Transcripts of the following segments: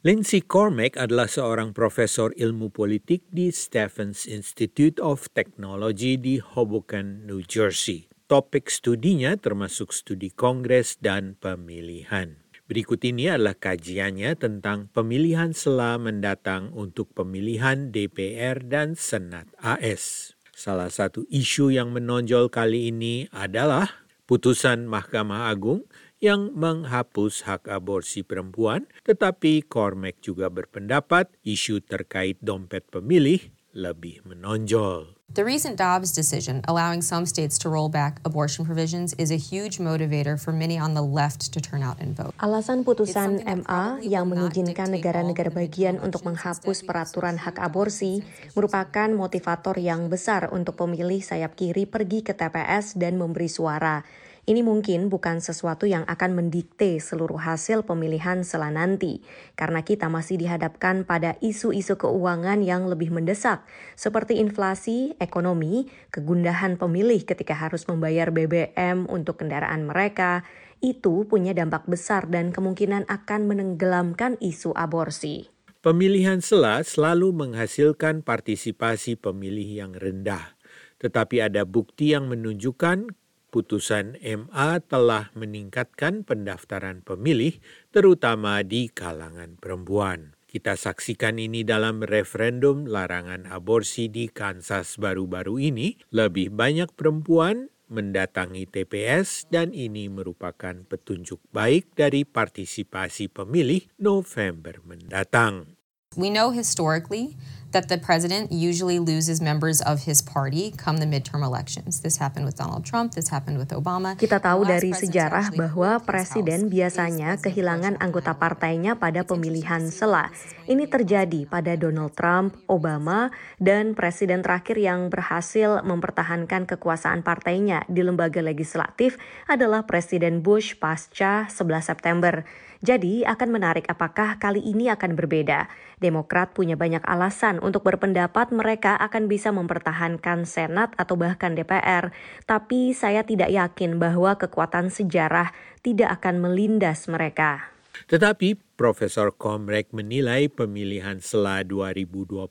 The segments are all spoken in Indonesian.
Lindsay Cormack adalah seorang profesor ilmu politik di Stephens Institute of Technology di Hoboken, New Jersey. Topik studinya termasuk studi Kongres dan pemilihan. Berikut ini adalah kajiannya tentang pemilihan sela mendatang untuk pemilihan DPR dan Senat AS. Salah satu isu yang menonjol kali ini adalah putusan Mahkamah Agung yang menghapus hak aborsi perempuan, tetapi Cormack juga berpendapat isu terkait dompet pemilih lebih menonjol. The recent Dobbs decision allowing some states to roll back abortion provisions is a huge motivator for many on the left to turn out and vote. Alasan putusan MA yang mengizinkan negara-negara bagian untuk menghapus peraturan hak aborsi merupakan motivator yang besar untuk pemilih sayap kiri pergi ke TPS dan memberi suara. Ini mungkin bukan sesuatu yang akan mendikte seluruh hasil pemilihan sela nanti, karena kita masih dihadapkan pada isu-isu keuangan yang lebih mendesak, seperti inflasi, ekonomi, kegundahan pemilih ketika harus membayar BBM untuk kendaraan mereka. Itu punya dampak besar dan kemungkinan akan menenggelamkan isu aborsi. Pemilihan sela selalu menghasilkan partisipasi pemilih yang rendah, tetapi ada bukti yang menunjukkan putusan MA telah meningkatkan pendaftaran pemilih, terutama di kalangan perempuan. Kita saksikan ini dalam referendum larangan aborsi di Kansas baru-baru ini. Lebih banyak perempuan mendatangi TPS dan ini merupakan petunjuk baik dari partisipasi pemilih November mendatang. We know historically that the president usually loses members of his party come the midterm elections. This happened with Donald Trump, this happened with Obama. Kita tahu dari sejarah bahwa presiden biasanya kehilangan anggota partainya pada pemilihan sela. Ini terjadi pada Donald Trump, Obama, dan presiden terakhir yang berhasil mempertahankan kekuasaan partainya di lembaga legislatif adalah Presiden Bush pasca 11 September. Jadi akan menarik apakah kali ini akan berbeda. Demokrat punya banyak alasan untuk berpendapat mereka akan bisa mempertahankan Senat atau bahkan DPR. Tapi saya tidak yakin bahwa kekuatan sejarah tidak akan melindas mereka. Tetapi Profesor Cormack menilai pemilihan sela 2022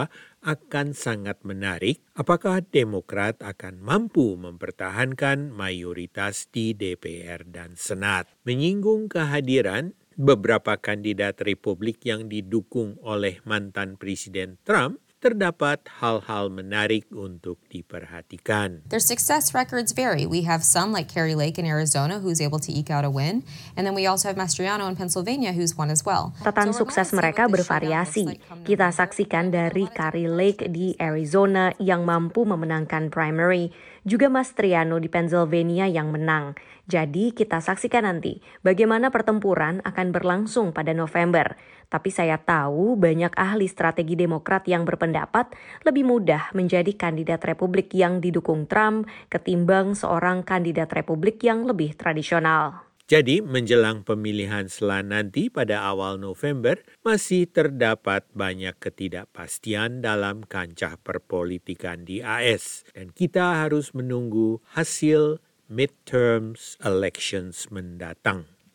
akan sangat menarik. Apakah Demokrat akan mampu mempertahankan mayoritas di DPR dan Senat? Menyinggung kehadiran beberapa kandidat Republik yang didukung oleh mantan Presiden Trump, terdapat hal-hal menarik untuk diperhatikan. Their success records vary. We have some like Kari Lake in Arizona who's able to eke out a win. And then we also have Mastriano in Pennsylvania who's won as well. Catatan sukses mereka bervariasi. Kita saksikan dari Kari Lake di Arizona yang mampu memenangkan primary, juga Mastriano di Pennsylvania yang menang. Jadi kita saksikan nanti bagaimana pertempuran akan berlangsung pada November. Tapi saya tahu banyak ahli strategi Demokrat yang berpendapat lebih mudah menjadi kandidat Republik yang didukung Trump ketimbang seorang kandidat Republik yang lebih tradisional. Jadi menjelang pemilihan sela nanti pada awal November, masih terdapat banyak ketidakpastian dalam kancah perpolitikan di AS. Dan kita harus menunggu hasil midterms elections mendatang.